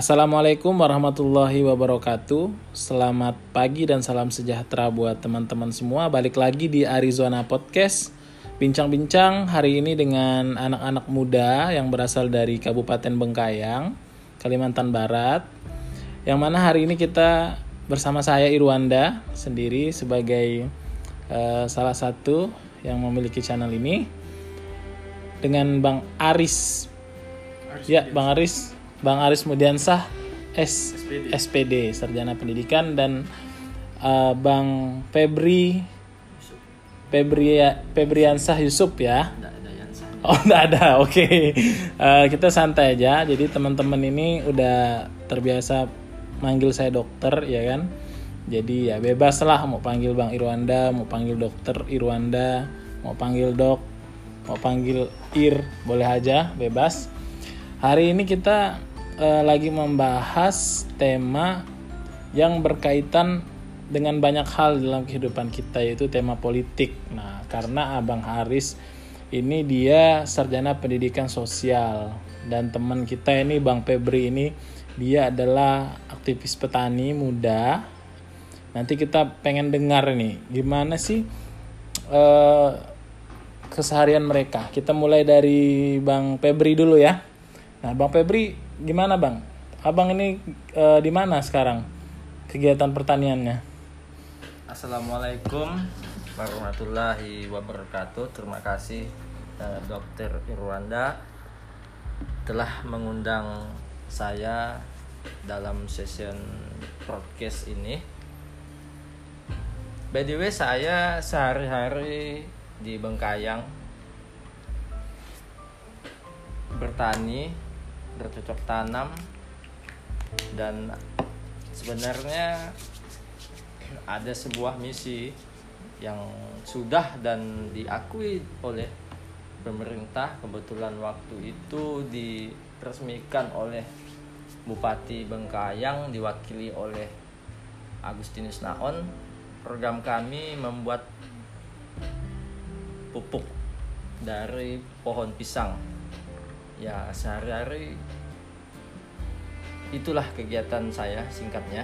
Assalamualaikum warahmatullahi wabarakatuh. Selamat pagi dan salam sejahtera buat teman-teman semua. Balik lagi di Arizona Podcast. Bincang-bincang hari ini dengan anak-anak muda yang berasal dari Kabupaten Bengkayang, Kalimantan Barat. Yang mana hari ini kita bersama saya Irwanda sendiri sebagai salah satu yang memiliki channel ini. Dengan Bang Aris. Ya, Bang Aris Mudiansah SPD Sarjana Pendidikan, dan Bang Febriansah Yusuf ya. Enggak ada. Oke. Kita santai aja. Jadi teman-teman ini udah terbiasa manggil saya dokter ya kan. Jadi ya bebas lah, mau panggil Bang Irwanda, mau panggil dokter Irwanda, mau panggil dok, mau panggil Ir, boleh aja, bebas. Hari ini kita lagi membahas tema yang berkaitan dengan banyak hal dalam kehidupan kita, yaitu tema politik. Nah, karena Abang Haris ini dia sarjana pendidikan sosial, dan teman kita ini Bang Febri ini dia adalah aktivis petani muda. Nanti kita pengen dengar nih gimana sih keseharian mereka. Kita mulai dari Bang Febri dulu ya. Nah, Bang Febri, gimana Bang? Abang ini di mana sekarang kegiatan pertaniannya? Assalamualaikum warahmatullahi wabarakatuh. Terima kasih Dr. Irwanda telah mengundang saya dalam session podcast ini. By the way, saya sehari-hari di Bengkayang bertani, bercocok tanam, dan sebenarnya ada sebuah misi yang sudah dan diakui oleh pemerintah. Kebetulan waktu itu diresmikan oleh Bupati Bengkayang diwakili oleh Agustinus Naon. Program kami membuat pupuk dari pohon pisang. Ya, sehari-hari itulah kegiatan saya singkatnya.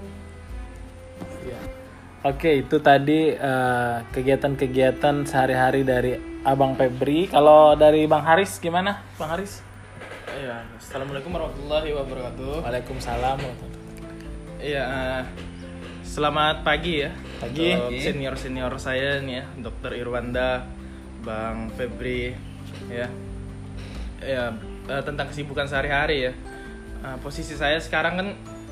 Ya. Oke, itu tadi kegiatan-kegiatan sehari-hari dari Abang Febri. Kalau dari Bang Haris gimana, Bang Haris? Iya, assalamualaikum warahmatullahi wabarakatuh. Waalaikumsalam. Iya, selamat pagi ya. Pagi. Senior saya nih ya, Dr. Irwanda, Bang Febri, ya. Ya, tentang kesibukan sehari-hari ya. Posisi saya sekarang kan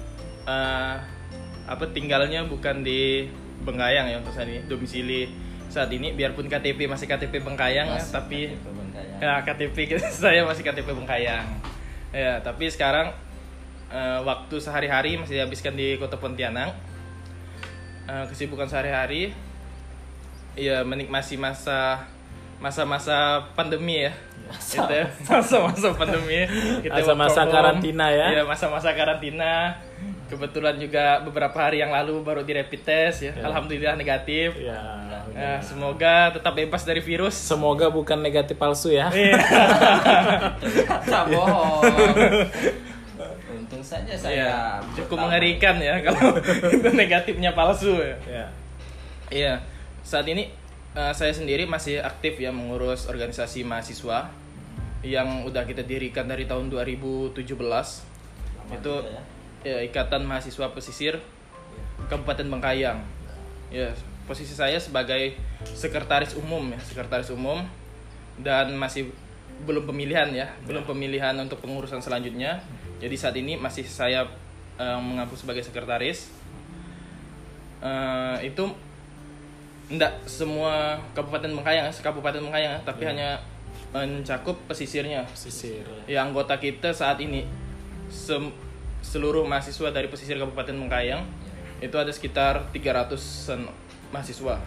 tinggalnya bukan di Bengkayang ya, untuk saya ini domisili saat ini, biarpun KTP masih KTP Bengkayang ya, tapi KTP saya masih KTP Bengkayang. Ya, tapi sekarang waktu sehari-hari masih dihabiskan di Kota Pontianak. Kesibukan sehari-hari ya menikmati masa-masa pandemi ya. Masa-masa pandemi. Masa-masa karantina ya. Iya, masa-masa karantina. Kebetulan juga beberapa hari yang lalu baru di rapid test ya. Alhamdulillah negatif. Ya. Semoga tetap bebas dari virus. Semoga bukan negatif palsu ya. Tak bohong. Untung saja saya cukup mengerikan ya kalau itu negatifnya palsu ya. Iya. Saat ini saya sendiri masih aktif ya mengurus organisasi mahasiswa yang udah kita dirikan dari tahun 2017. Itu ya, Ikatan Mahasiswa Pesisir Kabupaten Bengkayang. Ya, posisi saya sebagai sekretaris umum, dan masih belum pemilihan ya, belum pemilihan untuk pengurusan selanjutnya. Jadi saat ini masih saya mengaku sebagai sekretaris. Itu enggak semua Kabupaten Bengkayang, tapi hanya mencakup pesisirnya. Ya, anggota kita saat ini seluruh mahasiswa dari pesisir Kabupaten Bengkayang itu ada sekitar 300-an mahasiswa.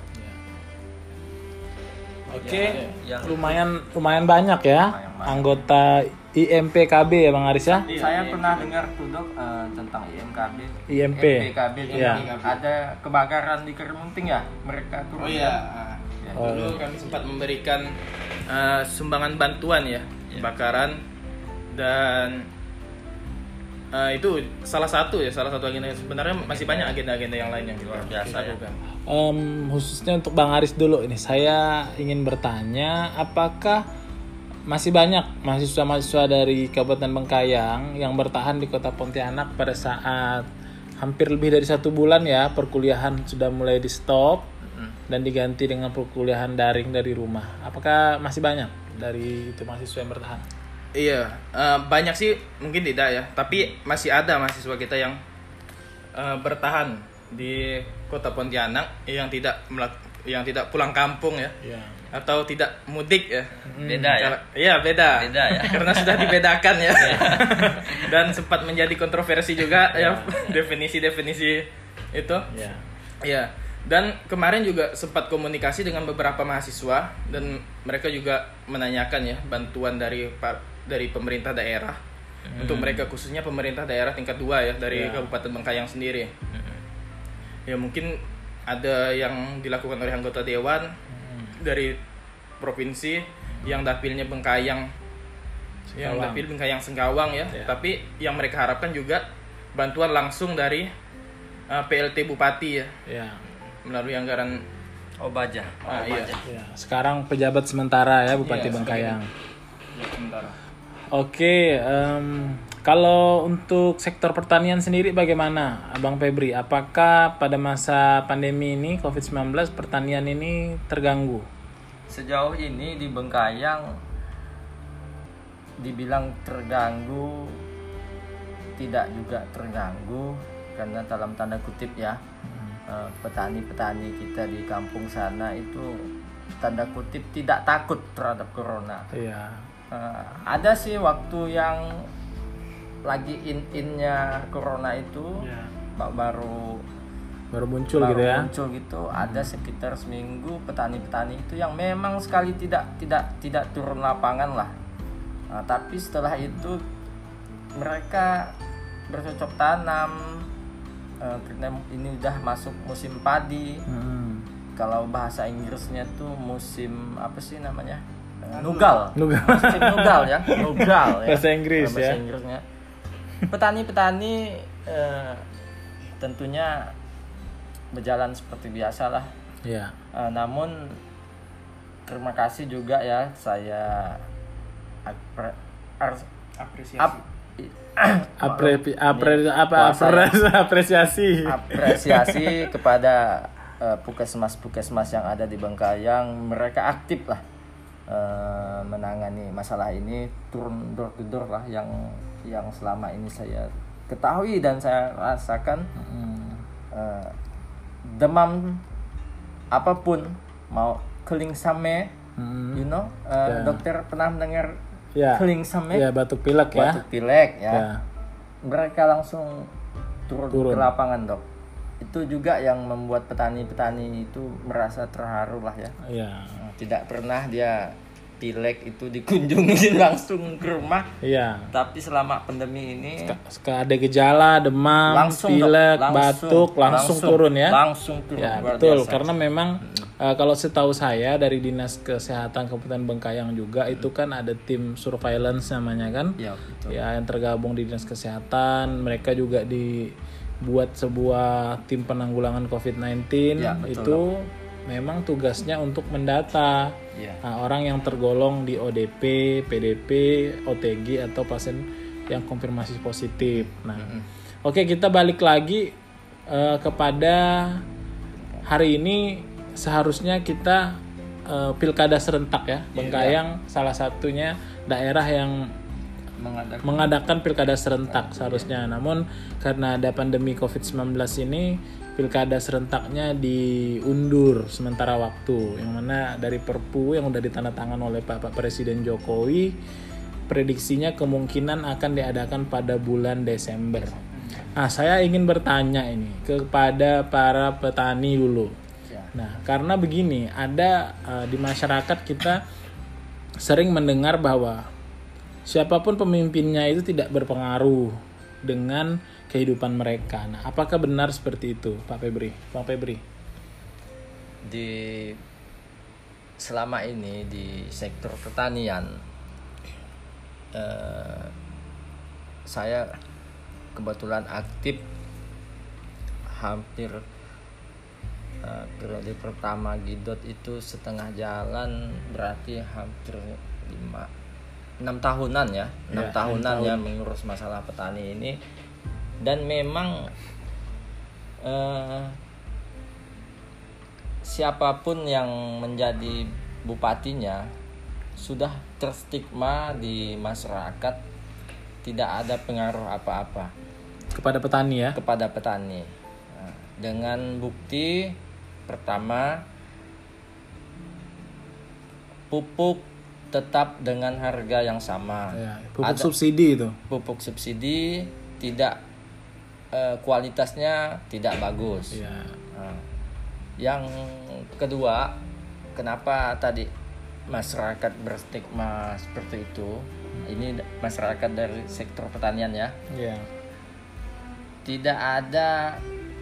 Oke, lumayan banyak ya anggota IMPKB ya Bang Aris ya. Saya pernah dengar tuh Dok tentang IMPKB ya. Ada kebakaran di Kermunting ya, mereka turun. Dulu kami sempat memberikan sumbangan bantuan ya, kebakaran, dan itu salah satu agenda. Sebenarnya masih banyak agenda-agenda yang lain yang luar biasa ya. Khususnya untuk Bang Aris dulu ini, saya ingin bertanya, apakah masih banyak mahasiswa-mahasiswa dari Kabupaten Bengkayang yang bertahan di Kota Pontianak pada saat hampir lebih dari 1 bulan ya perkuliahan sudah mulai di stop dan diganti dengan perkuliahan daring dari rumah? Apakah masih banyak dari itu mahasiswa yang bertahan? Iya, banyak sih mungkin tidak ya, tapi masih ada mahasiswa kita yang bertahan di Kota Pontianak yang tidak pulang kampung ya, atau tidak mudik ya. Beda ya? Iya beda ya. Karena sudah dibedakan ya. Dan sempat menjadi kontroversi juga ya definisi itu. Iya. Dan kemarin juga sempat komunikasi dengan beberapa mahasiswa dan mereka juga menanyakan ya bantuan dari pemerintah daerah untuk mereka, khususnya pemerintah daerah tingkat 2 ya dari Kabupaten Bengkayang sendiri. Ya mungkin ada yang dilakukan oleh anggota dewan dari provinsi yang dapilnya Bengkayang, yang dapil Bengkayang Sengkawang ya. Tapi yang mereka harapkan juga bantuan langsung dari PLT Bupati ya. Melalui anggaran Baja. Iya. Sekarang pejabat sementara ya Bupati Bengkayang. Sementara. Oke, kalau untuk sektor pertanian sendiri bagaimana, Abang Febri? Apakah pada masa pandemi ini COVID-19 pertanian ini terganggu? Sejauh ini di Bengkayang dibilang terganggu, tidak juga terganggu, karena dalam tanda kutip ya, petani-petani kita di kampung sana itu tanda kutip tidak takut terhadap corona. Iya. Ada sih waktu yang lagi in-innya corona itu baru muncul gitu ya. Muncul gitu. Ada sekitar seminggu petani-petani itu yang memang sekali tidak turun lapangan lah. Tapi setelah itu mereka bercocok tanam. Karena ini udah masuk musim padi. Kalau bahasa Inggrisnya tuh musim apa sih namanya? Nugal. Musim nugal ya. Nugal ya. Bahasa Inggris bahasa Inggrisnya. Petani-petani tentunya berjalan seperti biasa lah. Iya. Namun terima kasih juga ya, saya apresiasi kepada puskesmas yang ada di Bengkayang. Mereka aktif lah menangani masalah ini, turun door to door lah yang selama ini saya ketahui dan saya rasakan. Demam apapun, mau keling same, dokter pernah mendengar keling same? Ya, batuk pilek ya. Batuk pilek ya. Mereka langsung turun ke lapangan, Dok. Itu juga yang membuat petani-petani itu merasa terharu lah ya. Tidak pernah dia pilek itu dikunjungi langsung ke rumah. Tapi selama pandemi ini ada gejala demam, langsung, pilek, batuk langsung turun ya. Langsung turun. Ya, betul. Biasa. Karena memang kalau setahu saya dari Dinas Kesehatan Kabupaten Bengkayang juga itu kan ada tim surveillance namanya kan. Ya, betul. Ya, yang tergabung di Dinas Kesehatan. Mereka juga dibuat sebuah tim penanggulangan COVID-19 itu. Memang tugasnya untuk mendata orang yang tergolong di ODP, PDP, OTG atau pasien yang konfirmasi positif. Oke, kita balik lagi kepada hari ini. Seharusnya kita pilkada serentak ya. Bengkayang salah satunya daerah yang mengadakan pilkada serentak seharusnya. Namun karena ada pandemi COVID-19 ini, pilkada serentaknya diundur sementara waktu, yang mana dari Perpu yang udah ditandatangan oleh Pak Presiden Jokowi, prediksinya kemungkinan akan diadakan pada bulan Desember. Nah, saya ingin bertanya ini kepada para petani dulu. Nah, karena begini, ada di masyarakat kita sering mendengar bahwa siapapun pemimpinnya itu tidak berpengaruh dengan kehidupan mereka. Nah, apakah benar seperti itu, Pak Febri? Bang Febri? Selama ini di sektor pertanian, saya kebetulan aktif hampir periode pertama Gidot itu setengah jalan, berarti hampir 6 tahunan ya, 6 tahunan ya mengurus masalah petani ini. Dan memang siapapun yang menjadi bupatinya sudah terstigma di masyarakat, tidak ada pengaruh apa-apa kepada petani ya. kepada petani. Nah, dengan bukti pertama, pupuk tetap dengan harga yang sama. Ya, pupuk subsidi itu. Pupuk subsidi tidak kualitasnya tidak bagus. Ya. Nah, yang kedua, kenapa tadi masyarakat berstigma seperti itu? Ini masyarakat dari sektor pertanian ya. Ya. Tidak ada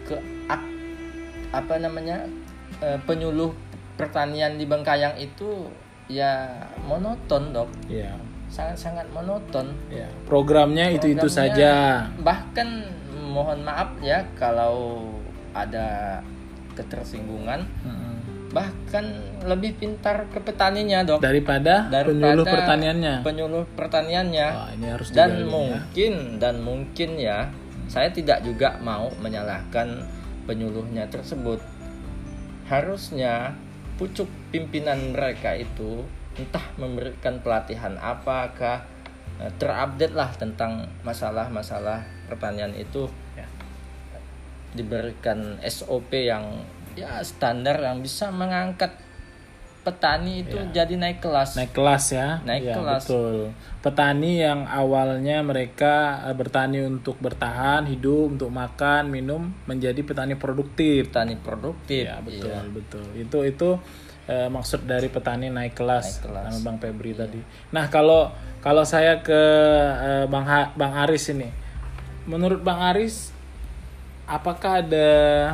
penyuluh pertanian di Bengkayang itu ya monoton, Dok. Ya. Sangat monoton. Ya. Programnya itu saja. Bahkan mohon maaf ya kalau ada ketersinggungan. Bahkan lebih pintar ke petaninya, Dok, daripada penyuluh pertaniannya. Wah, ini harus dan digali, mungkin ya, saya tidak juga mau menyalahkan penyuluhnya tersebut. Harusnya pucuk pimpinan mereka itu entah memberikan pelatihan apakah, terupdate lah tentang masalah-masalah pertanian itu, diberikan SOP yang ya standar yang bisa mengangkat petani itu jadi naik kelas ya. Naik kelas. Betul. Petani yang awalnya mereka bertani untuk bertahan hidup, untuk makan minum, menjadi petani produktif. Ya, betul. Itu maksud dari petani naik kelas. Sama Bang Febri tadi. Nah, kalau saya ke Bang Aris ini, menurut Bang Aris, apakah ada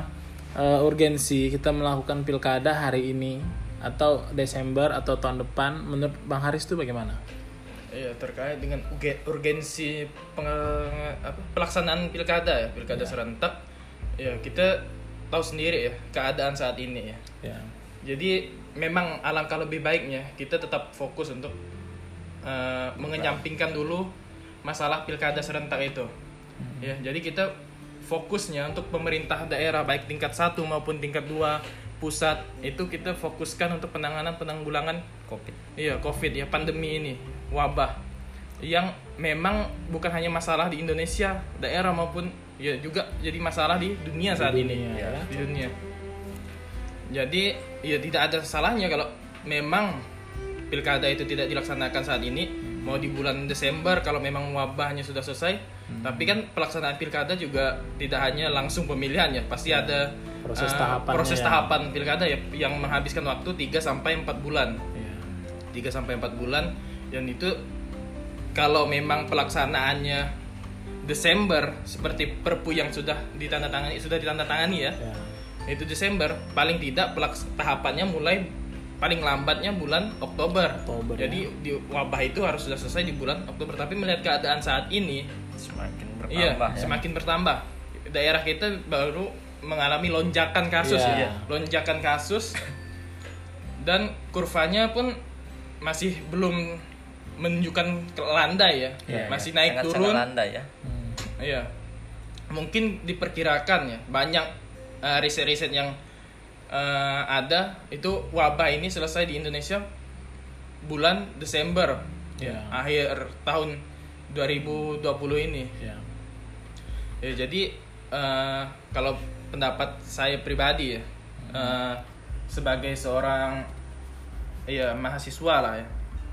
urgensi kita melakukan pilkada hari ini atau Desember atau tahun depan? Menurut Bang Haris itu bagaimana? Iya, terkait dengan urgensi pelaksanaan pilkada serentak. Ya, kita tahu sendiri ya keadaan saat ini ya. Jadi memang alangkah lebih baiknya kita tetap fokus untuk mengenyampingkan dulu masalah pilkada serentak itu. Ya, jadi kita fokusnya untuk pemerintah daerah baik tingkat 1 maupun tingkat 2 pusat itu kita fokuskan untuk penanggulangan COVID ya, pandemi ini, wabah yang memang bukan hanya masalah di Indonesia daerah maupun ya juga jadi masalah di dunia saat ini ya. Di dunia. Jadi ya tidak ada salahnya kalau memang pilkada itu tidak dilaksanakan saat ini, mau di bulan Desember kalau memang wabahnya sudah selesai. Tapi kan pelaksanaan pilkada juga tidak hanya langsung pemilihan ya, pasti ada proses tahapan pilkada ya yang menghabiskan waktu 3 sampai 4 bulan. 3 sampai 4 bulan, dan itu kalau memang pelaksanaannya Desember seperti Perpu yang sudah ditandatangani ya. Itu Desember, paling tidak tahapannya mulai paling lambatnya bulan Oktober. Jadi di wabah itu harus sudah selesai di bulan Oktober. Tapi melihat keadaan saat ini semakin bertambah. Daerah kita baru mengalami lonjakan kasus lonjakan kasus dan kurvanya pun masih belum menunjukkan landai ya. Masih naik turun. Sangat landai ya. Iya. Mungkin diperkirakan ya, banyak riset-riset yang ada itu wabah ini selesai di Indonesia bulan Desember akhir tahun 2020 ini. Ya, jadi kalau pendapat saya pribadi ya, sebagai seorang mahasiswa lah ya,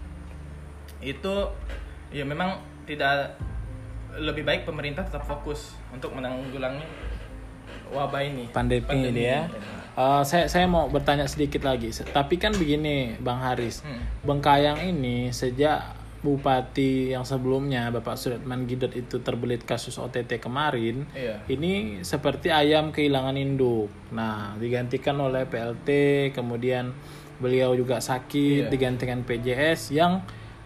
itu ya memang tidak, lebih baik pemerintah tetap fokus untuk menanggulangi wabah ini, pandemi ini ya. Saya mau bertanya sedikit lagi. Tapi kan begini, Bang Haris, Bengkayang ini sejak Bupati yang sebelumnya Bapak Suretman Gidot itu terbelit kasus OTT kemarin, ini seperti ayam kehilangan induk. Nah, digantikan oleh PLT, kemudian beliau juga sakit, digantikan PJS yang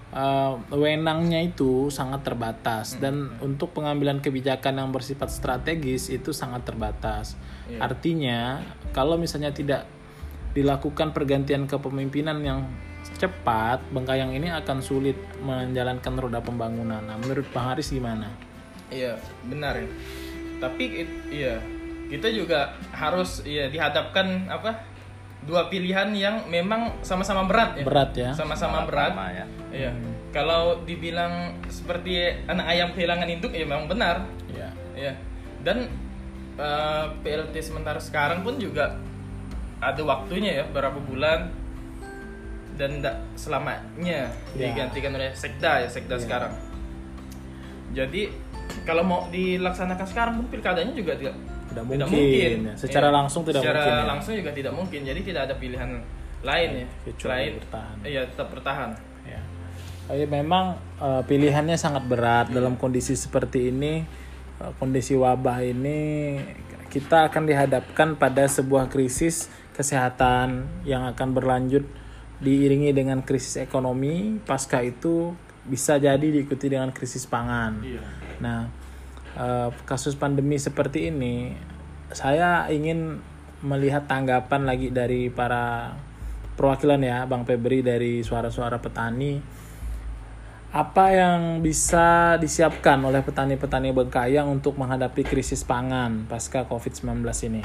wewenangnya itu sangat terbatas dan untuk pengambilan kebijakan yang bersifat strategis itu sangat terbatas. Artinya kalau misalnya tidak dilakukan pergantian kepemimpinan yang cepat, Bengkayang ini akan sulit menjalankan roda pembangunan. Nah, menurut Bang Haris gimana? Iya, benar ya. Tapi kita juga harus dihadapkan dua pilihan yang memang sama-sama berat ya. Berat ya. Sama-sama berat. Ya. Iya. Kalau dibilang seperti anak ayam kehilangan induk ya memang benar. Iya. Iya. Dan PLT sementara sekarang pun juga ada waktunya ya, berapa bulan, dan tidak selamanya digantikan oleh sekda sekarang. Jadi kalau mau dilaksanakan sekarang pun pilkadanya juga tidak mungkin. Ya. Secara langsung tidak mungkin. Secara langsung juga tidak mungkin. Jadi tidak ada pilihan lain ya. Selain bertahan. Iya, tetap bertahan. Ya. Memang pilihannya sangat berat dalam kondisi seperti ini, kondisi wabah ini, kita akan dihadapkan pada sebuah krisis kesehatan yang akan berlanjut diiringi dengan krisis ekonomi. Pasca itu bisa jadi diikuti dengan krisis pangan. Iya. Nah, kasus pandemi seperti ini, saya ingin melihat tanggapan lagi dari para perwakilan ya, Bang Febri dari suara-suara petani. Apa yang bisa disiapkan oleh petani-petani Bengkayang untuk menghadapi krisis pangan pasca COVID-19 ini?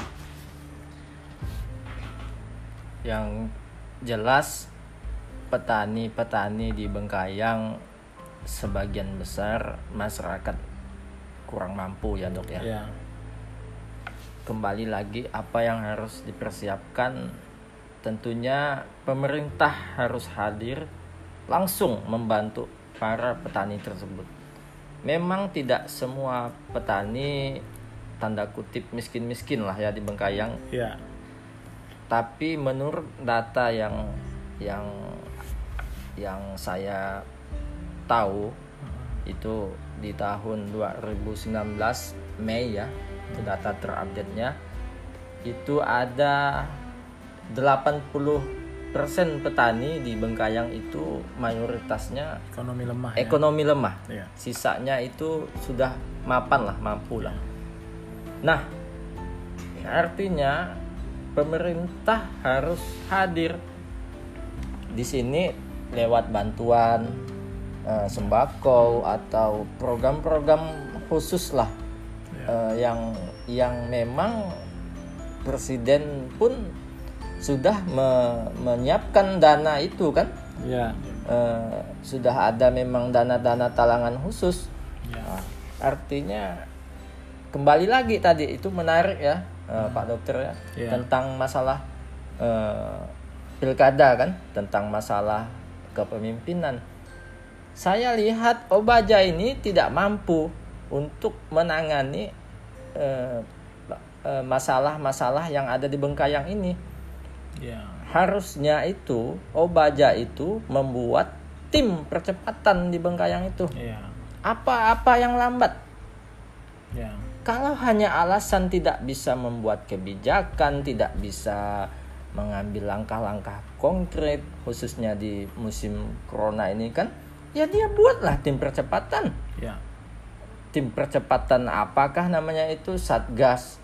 Yang jelas petani-petani di Bengkayang sebagian besar masyarakat kurang mampu ya Dok ya. Ya. Kembali lagi apa yang harus dipersiapkan, tentunya pemerintah harus hadir langsung membantu para petani tersebut. Memang tidak semua petani tanda kutip miskin-miskin lah ya di Bengkayang. Ya. Tapi menurut data yang saya tahu itu di tahun 2019 Mei ya, itu data terupdate-nya, itu ada 80% petani di Bengkayang itu mayoritasnya ekonomi lemah. Ya. Sisanya itu sudah mampu lah. Nah, artinya pemerintah harus hadir di sini lewat bantuan sembako atau program-program khusus lah yang memang presiden pun sudah menyiapkan dana itu kan. Ya. Sudah ada memang dana-dana talangan khusus. Ya. Artinya kembali lagi tadi itu menarik ya Pak Dokter ya. Tentang masalah pilkada kan, tentang masalah kepemimpinan. Saya lihat Obaja ini tidak mampu untuk menangani masalah-masalah yang ada di Bengkayang ini. Ya. Harusnya itu Obaja itu membuat tim percepatan di Bengkayang itu. Ya. Apa yang lambat? Ya. Kalau hanya alasan tidak bisa membuat kebijakan, tidak bisa mengambil langkah-langkah konkret khususnya di musim corona ini kan, ya dia buatlah tim percepatan. Ya. Tim percepatan apakah namanya itu, Satgas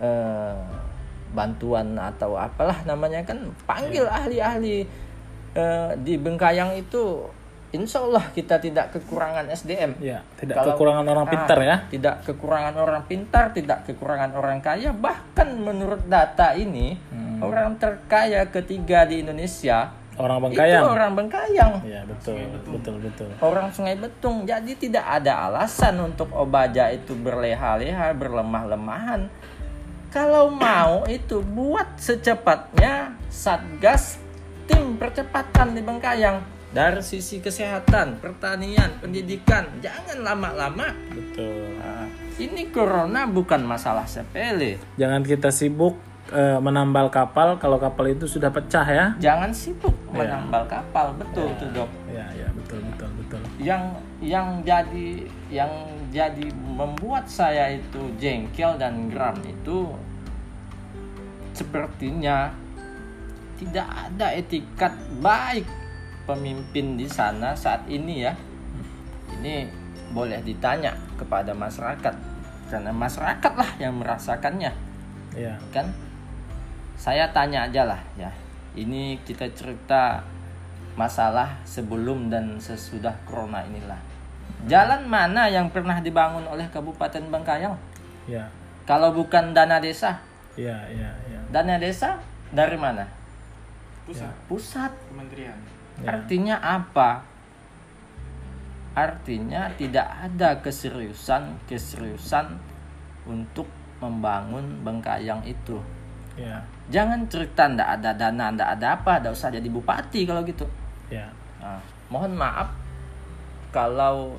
bantuan atau apalah namanya kan, panggil ahli-ahli di Bengkayang itu. Insya Allah kita tidak kekurangan SDM. Ya, kekurangan orang pintar ya. Tidak kekurangan orang pintar, tidak kekurangan orang kaya. Bahkan menurut data ini, orang terkaya ketiga di Indonesia orang Bengkayang. Itu orang Bengkayang. Ya, betul. Orang Sungai Betung. Jadi tidak ada alasan untuk Obaja itu berleha-leha, berlemah-lemahan. Kalau mau itu buat secepatnya Satgas tim percepatan di Bengkayang. Dari sisi kesehatan, pertanian, pendidikan, jangan lama-lama. Betul. Nah, ini corona bukan masalah sepele. Jangan kita sibuk menambal kapal kalau kapal itu sudah pecah ya. Jangan sibuk menambal kapal, betul tuh Dok. Ya, betul. Yang jadi membuat saya itu jengkel dan geram itu sepertinya tidak ada etikat baik pemimpin di sana saat ini ya, ini boleh ditanya kepada masyarakat, karena masyarakat lah yang merasakannya. Ya. Kan saya tanya aja lah ya, ini kita cerita masalah sebelum dan sesudah corona inilah. Jalan mana yang pernah dibangun oleh Kabupaten Bengkayang Ya. kalau bukan dana desa? Ya. Dana desa dari mana? Pusat. Pusat. Kementerian. Ya. Artinya apa? Artinya tidak ada keseriusan untuk membangun Bengkayang itu. Ya. Jangan cerita ndak ada dana, ndak ada apa, ndak usah jadi bupati kalau gitu. Ya. Nah, mohon maaf kalau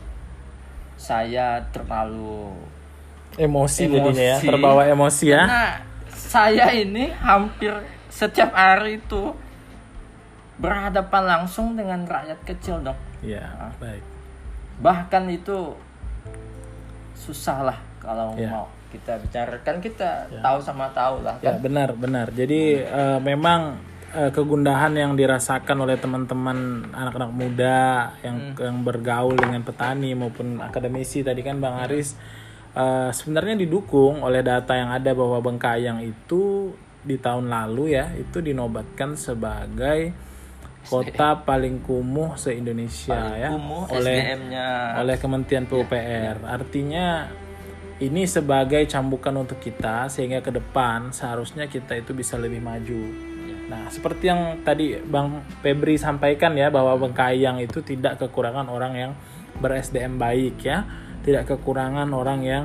saya terlalu Emosi jadinya ya, terbawa emosi ya. Karena saya ini hampir setiap hari itu berhadapan langsung dengan rakyat kecil, Dok. Ya, baik. Bahkan itu susah lah kalau Ya. mau kita bicarakan, kita tahu sama tahu lah Ya, kan. benar. Jadi memang kegundahan yang dirasakan oleh teman-teman anak-anak muda yang bergaul dengan petani maupun akademisi tadi kan Bang Aris sebenarnya didukung oleh data yang ada bahwa Bengkayang itu di tahun lalu ya itu dinobatkan sebagai kota paling kumuh se-Indonesia ya Kumuh, oleh SDM-nya oleh Kementerian PUPR. Artinya ini sebagai cambukan untuk kita sehingga ke depan seharusnya kita itu bisa lebih maju. Nah, seperti yang tadi Bang Febri sampaikan ya bahwa Bengkayang itu tidak kekurangan orang yang ber-SDM baik ya, tidak kekurangan orang yang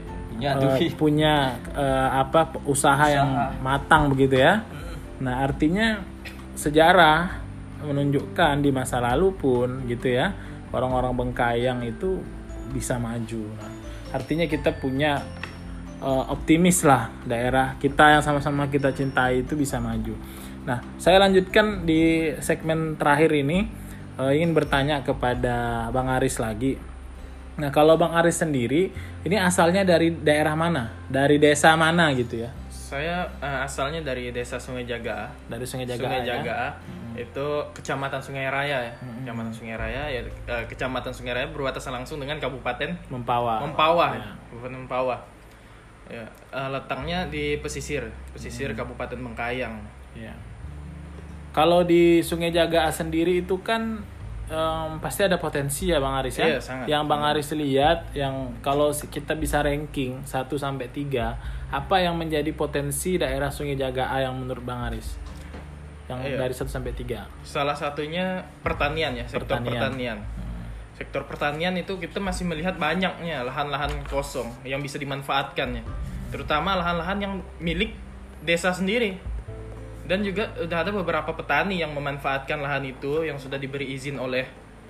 punya usaha yang matang begitu ya. Nah, artinya sejarah menunjukkan di masa lalu pun gitu ya, orang-orang Bengkayang itu bisa maju. Nah, artinya kita punya optimis lah daerah kita yang sama-sama kita cintai itu bisa maju. Nah, saya lanjutkan di segmen terakhir ini ingin bertanya kepada Bang Aris lagi. Nah, kalau Bang Aris sendiri ini asalnya dari daerah mana? Dari desa mana gitu ya? Saya asalnya dari desa Sungai Jaga. Dari Sungai Jaga. Sungai ya? Jaga itu Kecamatan Sungai Raya ya. Kecamatan Sungai Raya ya. Kecamatan Sungai Raya berbatasan langsung dengan Kabupaten Mempawah. Ya. Kabupaten Mempawah. Ya, letaknya di pesisir Kabupaten Bengkayang. Ya. Kalau di Sungai Jaga sendiri itu kan pasti ada potensi ya Bang Aris ya. Iya, sangat. Yang Bang Aris lihat yang kalau kita bisa ranking 1 sampai 3, apa yang menjadi potensi daerah Sungai Jaga yang menurut Bang Aris? Yang dari 1 sampai 3. Salah satunya pertanian ya, sektor pertanian. Sektor pertanian itu kita masih melihat banyaknya lahan-lahan kosong yang bisa dimanfaatkan ya. Terutama lahan-lahan yang milik desa sendiri. Dan juga udah ada beberapa petani yang memanfaatkan lahan itu yang sudah diberi izin oleh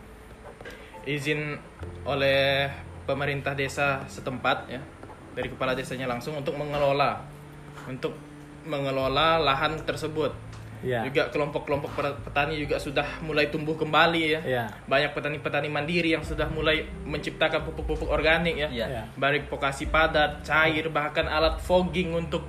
pemerintah desa setempat ya, dari kepala desanya langsung untuk mengelola lahan tersebut. Ya. Juga kelompok-kelompok petani juga sudah mulai tumbuh kembali ya. Ya. Banyak petani-petani mandiri yang sudah mulai menciptakan pupuk-pupuk organik ya. Ya. Baik pokasi padat, cair, bahkan alat fogging untuk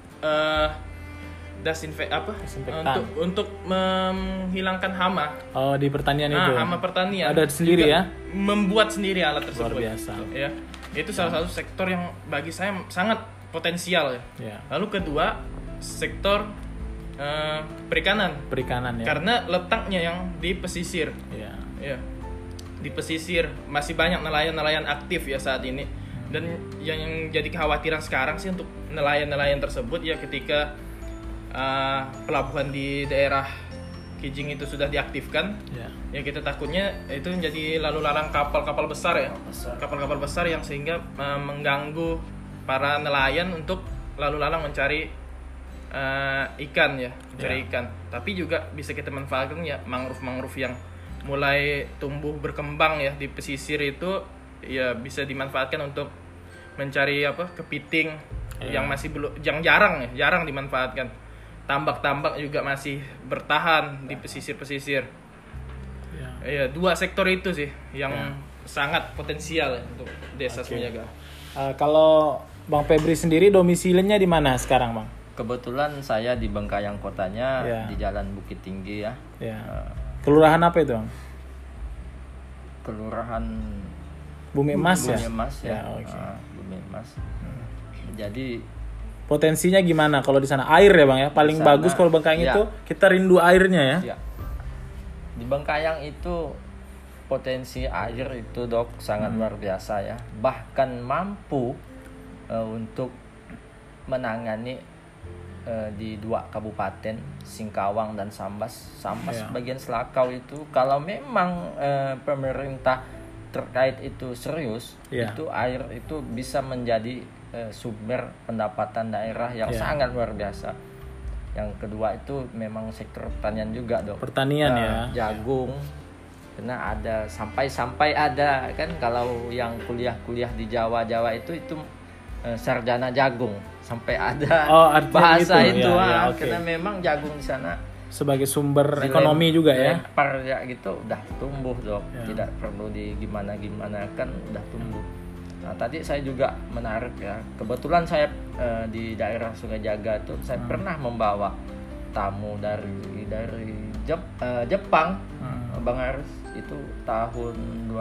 Desinfektan. untuk menghilangkan hama. Oh, di pertanian itu. Hama pertanian. Ada sendiri juga ya. Membuat sendiri alat tersebut. Luar biasa. Ya. Itu salah satu sektor yang bagi saya sangat potensial ya. Ya. Lalu kedua, sektor perikanan. Perikanan ya. Karena letaknya yang di pesisir. Ya. Ya. Di pesisir masih banyak nelayan-nelayan aktif ya saat ini. Dan yang jadi kekhawatiran sekarang sih untuk nelayan-nelayan tersebut ya ketika pelabuhan di daerah Kijing itu sudah diaktifkan, ya kita takutnya itu menjadi lalu lalang kapal-kapal besar ya, kapal-kapal besar yang sehingga mengganggu para nelayan untuk lalu lalang mencari ikan ya, mencari ikan. Tapi juga bisa kita manfaatkan ya mangrove-mangrove yang mulai tumbuh berkembang ya di pesisir itu ya bisa dimanfaatkan untuk mencari kepiting yang masih yang jarang dimanfaatkan. Tambak-tambak juga masih bertahan di pesisir-pesisir. Ya, 2 sektor itu sih yang sangat potensial untuk desa Sungai Jaga. Kalau Bang Febri sendiri domisilinya di mana sekarang, Bang? Kebetulan saya di Bengkayang kotanya di Jalan Bukit Tinggi ya. Kelurahan apa itu, Bang? Kelurahan Bumi Emas ya? Bumi Emas ya. oke. Bumi Emas. Jadi Potensinya gimana kalau di sana? Air ya, Bang ya? Paling Di sana, bagus kalau Bengkayang ya. itu kita rindu airnya ya. ya, di Bengkayang itu potensi air itu Dok sangat luar biasa ya. Bahkan mampu untuk menangani di 2 kabupaten Singkawang dan Sambas. Ya. Bagian Selakau itu kalau memang pemerintah terkait itu serius, Ya. itu air itu bisa menjadi sumber pendapatan daerah yang Ya. sangat luar biasa. Yang kedua itu memang sektor pertanian juga Dok. Pertanian ya. Jagung, karena ada sampai ada kan kalau yang kuliah di Jawa itu sarjana jagung sampai ada bahasa gitu. itu Ya, oke. karena memang jagung di sana Sebagai sumber ekonomi juga ya. lempar ya gitu udah tumbuh Dok, Ya. tidak perlu di gimana kan udah tumbuh. Nah tadi saya juga menarik ya, kebetulan saya di daerah Sungai Jaga itu saya pernah membawa tamu dari Jepang, Bang Aris, itu tahun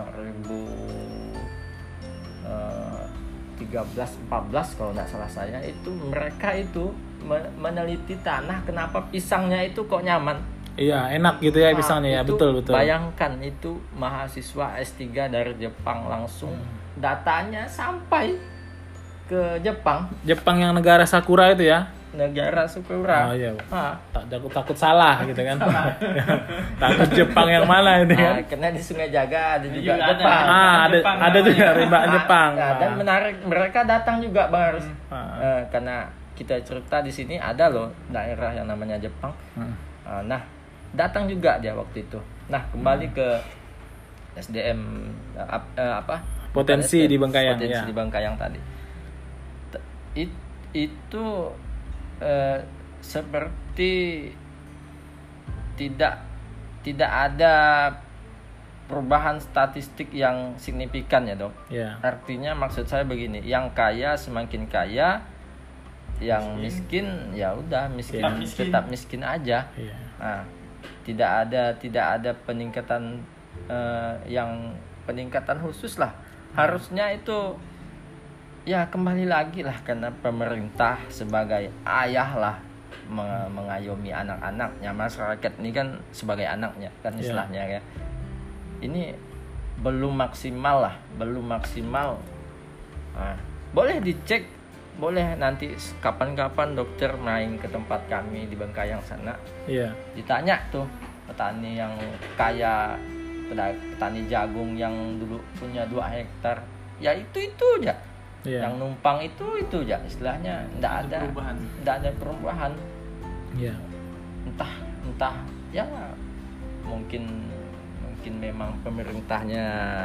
2013-14 kalau nggak salah saya, itu mereka itu meneliti tanah kenapa pisangnya itu kok nyaman. Iya, enak gitu ya pisangnya ya. Itu Betul. Bayangkan itu mahasiswa S3 dari Jepang langsung datanya sampai ke Jepang, Jepang yang negara sakura itu ya. negara Sakura. Oh iya. Ah, Takut salah gitu kan. Takut Jepang yang mana ini kan? karena di Sungai Jaga ada juga Juga ada. Jepang. Ada Jepang ada juga namanya. rimba Jepang. Nah, dan menarik mereka datang juga Bang Aris. Ah. Karena kita cerita di sini ada loh daerah yang namanya Jepang. Nah, datang juga dia waktu itu. Nah, kembali ke SDM Potensi di Bengkayang, potensi ya. di Bengkayang tadi. Itu seperti tidak ada perubahan statistik yang signifikan ya Dok. Ya. Artinya maksud saya begini, yang kaya semakin kaya, yang miskin ya udah miskin, tetap miskin aja. Iya. Nah, tidak ada peningkatan yang peningkatan khusus lah. Harusnya itu ya kembali lagi lah, karena pemerintah sebagai ayah lah mengayomi anak-anaknya, masyarakat ini kan sebagai anaknya kan istilahnya ya. Ini belum maksimal lah, belum maksimal. Nah, boleh dicek, boleh nanti kapan-kapan dokter main ke tempat kami di Bengkayang sana. Iya. Ditanya tuh petani yang kaya, petani jagung yang dulu punya 2 hektar, ya itu aja. Iya. Yang numpang itu aja istilahnya, enggak ada perubahan. Iya. Entah ya mungkin memang pemerintahnya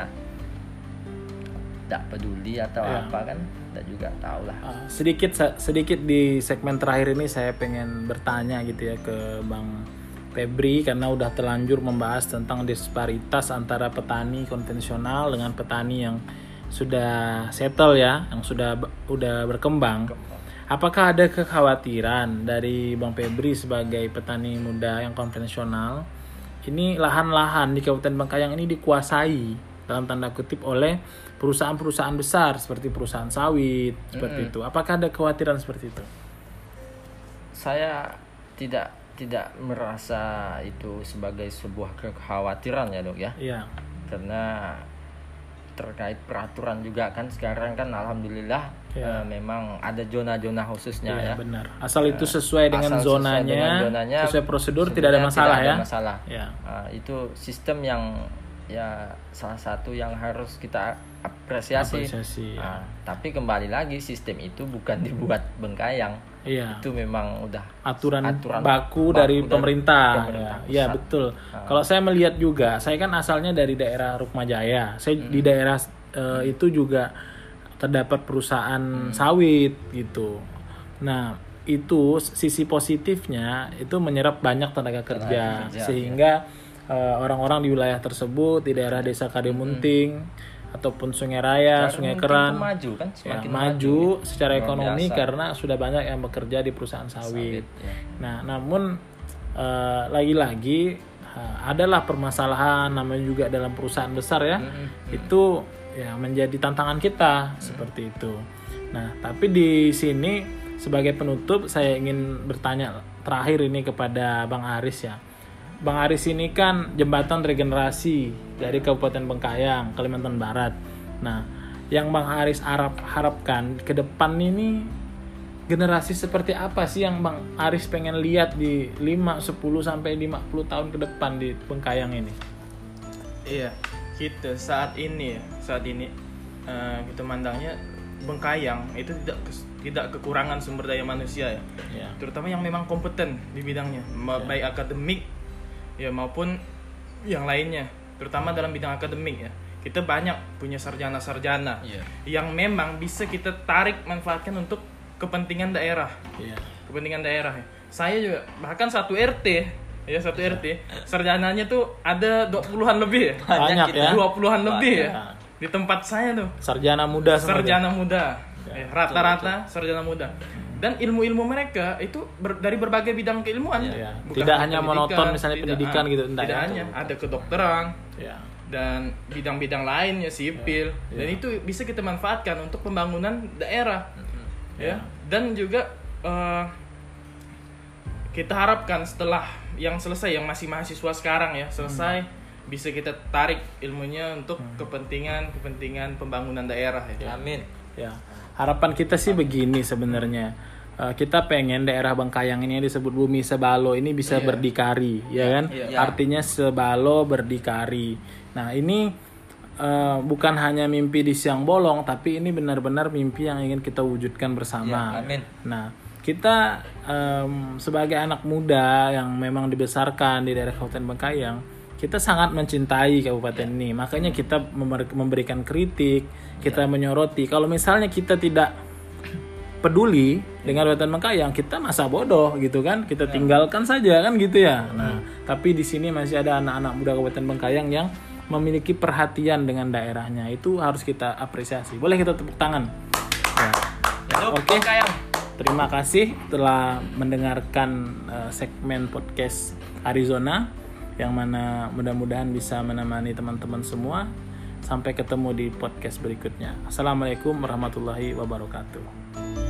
tidak peduli atau apa kan, tidak juga tahu lah. Sedikit di segmen terakhir ini saya pengen bertanya gitu ya ke Bang Febri, karena udah terlanjur membahas tentang disparitas antara petani konvensional dengan petani yang sudah settle ya, yang udah berkembang. Apakah ada kekhawatiran dari Bang Febri sebagai petani muda yang konvensional, ini lahan-lahan di Kabupaten Bengkayang ini dikuasai dalam tanda kutip oleh perusahaan-perusahaan besar seperti perusahaan sawit seperti itu? Apakah ada kekhawatiran seperti itu? Saya tidak merasa itu sebagai sebuah kekhawatiran ya Dok ya. Iya. Karena terkait peraturan juga kan sekarang kan alhamdulillah memang ada zona-zona khususnya ya. Benar. Asal itu sesuai dengan zonanya, sesuai prosedur, tidak ada masalah ya. Masalah. Ya. Itu sistem yang ya salah satu yang harus kita apresiasi. Ya. Tapi kembali lagi sistem itu bukan dibuat Bengkayang. Iya. Itu memang udah aturan baku dari pemerintah. Ya, betul. Kalau saya melihat juga, saya kan asalnya dari daerah Rukmajaya. Saya di daerah itu juga terdapat perusahaan sawit gitu. Nah, itu sisi positifnya itu menyerap banyak tenaga kerja sehingga orang-orang di wilayah tersebut di daerah Desa Kademunting ataupun Sungai Raya, Sungai Keran maju kan, semakin maju secara ekonomi karena sudah banyak yang bekerja di perusahaan sawit. Ya. Nah, namun lagi-lagi adalah permasalahan, namanya juga dalam perusahaan besar ya, itu ya menjadi tantangan kita seperti itu. Nah, tapi di sini sebagai penutup saya ingin bertanya terakhir ini kepada Bang Aris ya. Bang Aris ini kan jembatan regenerasi dari Kabupaten Bengkayang, Kalimantan Barat. Nah, yang Bang Aris harapkan ke depan ini generasi seperti apa sih yang Bang Aris pengen lihat di 5, 10 sampai 50 tahun ke depan di Bengkayang ini? Iya, kita saat ini kita mandangnya Bengkayang itu tidak kekurangan sumber daya manusia ya. Terutama yang memang kompeten di bidangnya, baik akademik ya maupun yang lainnya, terutama dalam bidang akademik ya. Kita banyak punya sarjana-sarjana yang memang bisa kita tarik manfaatkan untuk kepentingan daerah. Kepentingan daerah ya. Saya juga bahkan satu RT sarjananya tuh ada 20-an lebih ya. Banyak ya. 20-an lebih ya. Di tempat saya tuh Sarjana muda. Rata-rata sarjana muda. Dan ilmu-ilmu mereka itu dari berbagai bidang keilmuan. Bukan tidak hanya monoton misalnya pendidikan gitu. Tidak hanya, ada kedokteran. Dan bidang-bidang lainnya sipil. Dan itu bisa kita manfaatkan untuk pembangunan daerah. Dan juga kita harapkan setelah yang selesai, yang masih mahasiswa sekarang ya selesai, bisa kita tarik ilmunya untuk kepentingan pembangunan daerah ya. Amin. Ya, harapan kita sih begini sebenarnya. Kita pengen daerah Bengkayang ini yang disebut Bumi Sebalo ini bisa berdikari, ya kan? Artinya Sebalo berdikari. Nah, ini bukan hanya mimpi di siang bolong, tapi ini benar-benar mimpi yang ingin kita wujudkan bersama. Amin. Nah, kita sebagai anak muda yang memang dibesarkan di daerah Kabupaten Bengkayang, kita sangat mencintai kabupaten ini. Makanya kita memberikan kritik, kita menyoroti. Kalau misalnya kita tidak peduli dengan Kabupaten Bengkayang, kita masa bodoh gitu kan, kita tinggalkan saja kan gitu ya. Nah, tapi di sini masih ada anak-anak muda Kabupaten Bengkayang yang memiliki perhatian dengan daerahnya. Itu harus kita apresiasi. Boleh kita tepuk tangan. Oke. Terima kasih telah mendengarkan segmen podcast Arizona, yang mana mudah-mudahan bisa menemani teman-teman semua. Sampai ketemu di podcast berikutnya. Assalamualaikum warahmatullahi wabarakatuh.